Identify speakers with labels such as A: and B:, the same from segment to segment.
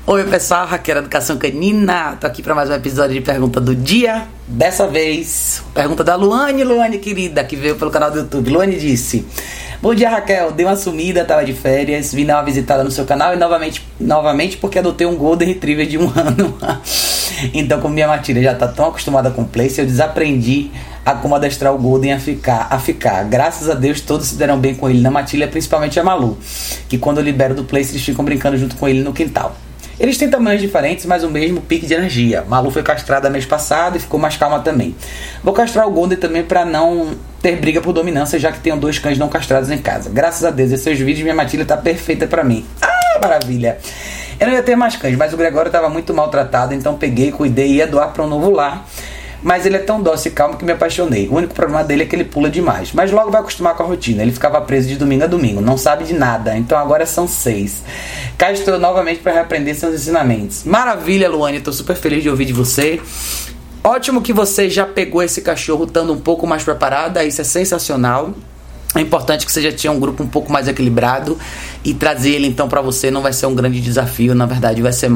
A: Oi pessoal, Raquel Educação Canina. Tô aqui para mais um episódio de Pergunta do Dia. Dessa vez, pergunta da Luane querida, que veio pelo canal do YouTube. Luane disse: bom dia Raquel, dei uma sumida, tava de férias, vim dar uma visitada no seu canal e novamente porque adotei um Golden Retriever de 1 ano. Então, como minha matilha já tá tão acostumada com o Place, eu desaprendi a como adestrar o Golden a ficar. Graças a Deus, todos se deram bem com ele na matilha, principalmente a Malu, que quando eu libero do Place, eles ficam brincando junto com ele no quintal. Eles têm tamanhos diferentes, mas o mesmo pique de energia. Malu foi castrada mês passado e ficou mais calma também. Vou castrar o Golden também para não ter briga por dominância, já que tenho 2 cães não castrados em casa. Graças a Deus, esses vídeos, minha matilha tá perfeita para mim. Ah, maravilha! Eu não ia ter mais cães, mas o Gregório estava muito maltratado, então peguei, cuidei e ia doar para um novo lar. Mas ele é tão dócil e calmo que me apaixonei. O único problema dele é que ele pula demais, mas logo vai acostumar com a rotina. Ele ficava preso de domingo a domingo, não sabe de nada, então agora são 6. Cá estou novamente para reaprender seus ensinamentos. Maravilha, Luane, estou super feliz de ouvir de você. Ótimo que você já pegou esse cachorro estando um pouco mais preparada, isso é sensacional. É importante que você já tinha um grupo um pouco mais equilibrado e trazer ele então para você não vai ser um grande desafio, na verdade vai ser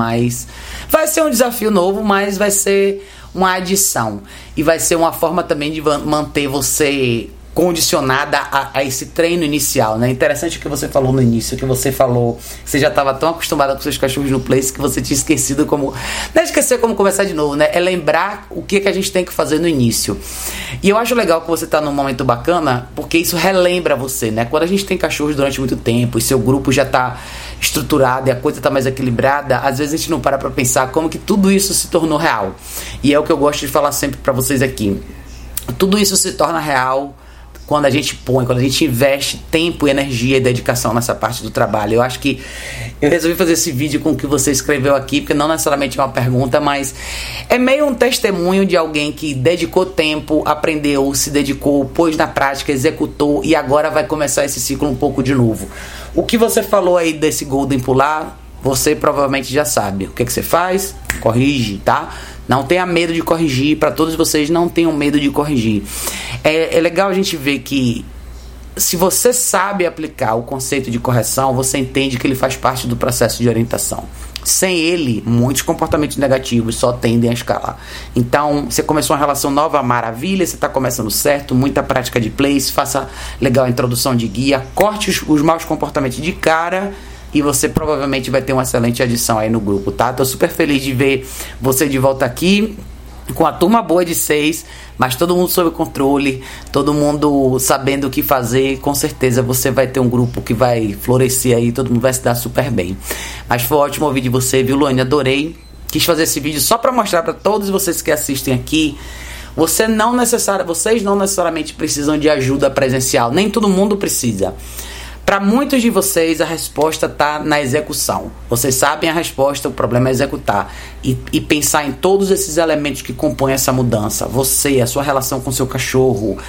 A: um desafio novo, mas vai ser uma adição e vai ser uma forma também de manter você condicionada a esse treino inicial, né? Interessante o que você falou no início, que você já estava tão acostumada com seus cachorros no Place que você tinha esquecido como... Não é esquecer como começar de novo, né? É lembrar o que a gente tem que fazer no início. E eu acho legal que você está num momento bacana, porque isso relembra você, né? Quando a gente tem cachorros durante muito tempo e seu grupo já está estruturado e a coisa está mais equilibrada, às vezes a gente não para pensar como que tudo isso se tornou real. E é o que eu gosto de falar sempre para vocês aqui. Tudo isso se torna real quando a gente investe tempo, energia e dedicação nessa parte do trabalho. Eu acho que eu resolvi fazer esse vídeo com o que você escreveu aqui, porque não necessariamente é uma pergunta, mas é meio um testemunho de alguém que dedicou tempo, aprendeu, se dedicou, pôs na prática, executou e agora vai começar esse ciclo um pouco de novo. O que você falou aí desse Golden pular, você provavelmente já sabe. O que você faz? Corrige, tá? Não tenha medo de corrigir. Para todos vocês, não tenham medo de corrigir. É legal a gente ver que se você sabe aplicar o conceito de correção, você entende que ele faz parte do processo de orientação. Sem ele, muitos comportamentos negativos só tendem a escalar. Então, você começou uma relação nova, maravilha, você está começando certo, muita prática de Place, faça legal a introdução de guia, corte os maus comportamentos de cara e você provavelmente vai ter uma excelente adição aí no grupo, tá? Tô super feliz de ver você de volta aqui com a turma boa de 6, mas todo mundo sob controle, todo mundo sabendo o que fazer. Com certeza você vai ter um grupo que vai florescer aí, todo mundo vai se dar super bem. Mas foi ótimo ouvir de você, viu, Luane? Adorei. Quis fazer esse vídeo só para mostrar para todos vocês que assistem aqui, vocês não necessariamente precisam de ajuda presencial, nem todo mundo precisa. Para muitos de vocês, a resposta está na execução. Vocês sabem a resposta, o problema é executar. E pensar em todos esses elementos que compõem essa mudança. Você, a sua relação com o seu cachorro,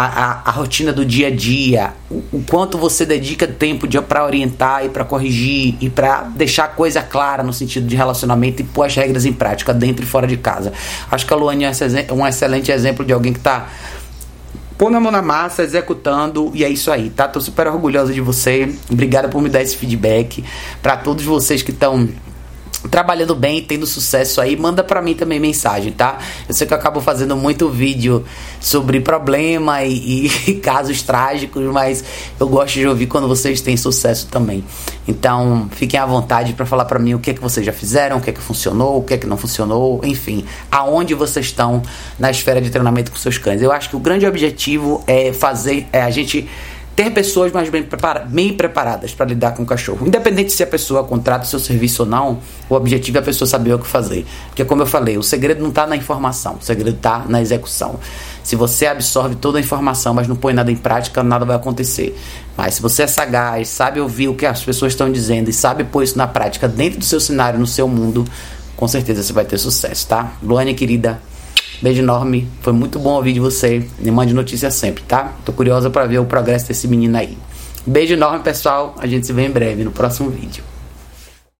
A: a rotina do dia a dia, o quanto você dedica tempo para orientar e para corrigir e para deixar a coisa clara no sentido de relacionamento e pôr as regras em prática dentro e fora de casa. Acho que a Luane é um excelente exemplo de alguém que está pondo a mão na massa, executando, e é isso aí, tá? Tô super orgulhosa de você. Obrigada por me dar esse feedback. Para todos vocês que estão trabalhando bem, tendo sucesso aí, manda pra mim também mensagem, tá? Eu sei que eu acabo fazendo muito vídeo sobre problema e casos trágicos, mas eu gosto de ouvir quando vocês têm sucesso também. Então, fiquem à vontade para falar pra mim o que é que vocês já fizeram, o que é que funcionou, o que é que não funcionou, enfim, aonde vocês estão na esfera de treinamento com seus cães. Eu acho que o grande objetivo é a gente ter pessoas mais bem preparadas para lidar com o cachorro. Independente se a pessoa contrata o seu serviço ou não, o objetivo é a pessoa saber o que fazer. Porque, como eu falei, o segredo não está na informação, o segredo está na execução. Se você absorve toda a informação, mas não põe nada em prática, nada vai acontecer. Mas se você é sagaz, sabe ouvir o que as pessoas estão dizendo e sabe pôr isso na prática dentro do seu cenário, no seu mundo, com certeza você vai ter sucesso, tá? Luane, querida, beijo enorme, foi muito bom ouvir de você. Me mande notícias sempre, tá? Tô curiosa para ver o progresso desse menino aí. Beijo enorme, pessoal. A gente se vê em breve no próximo vídeo.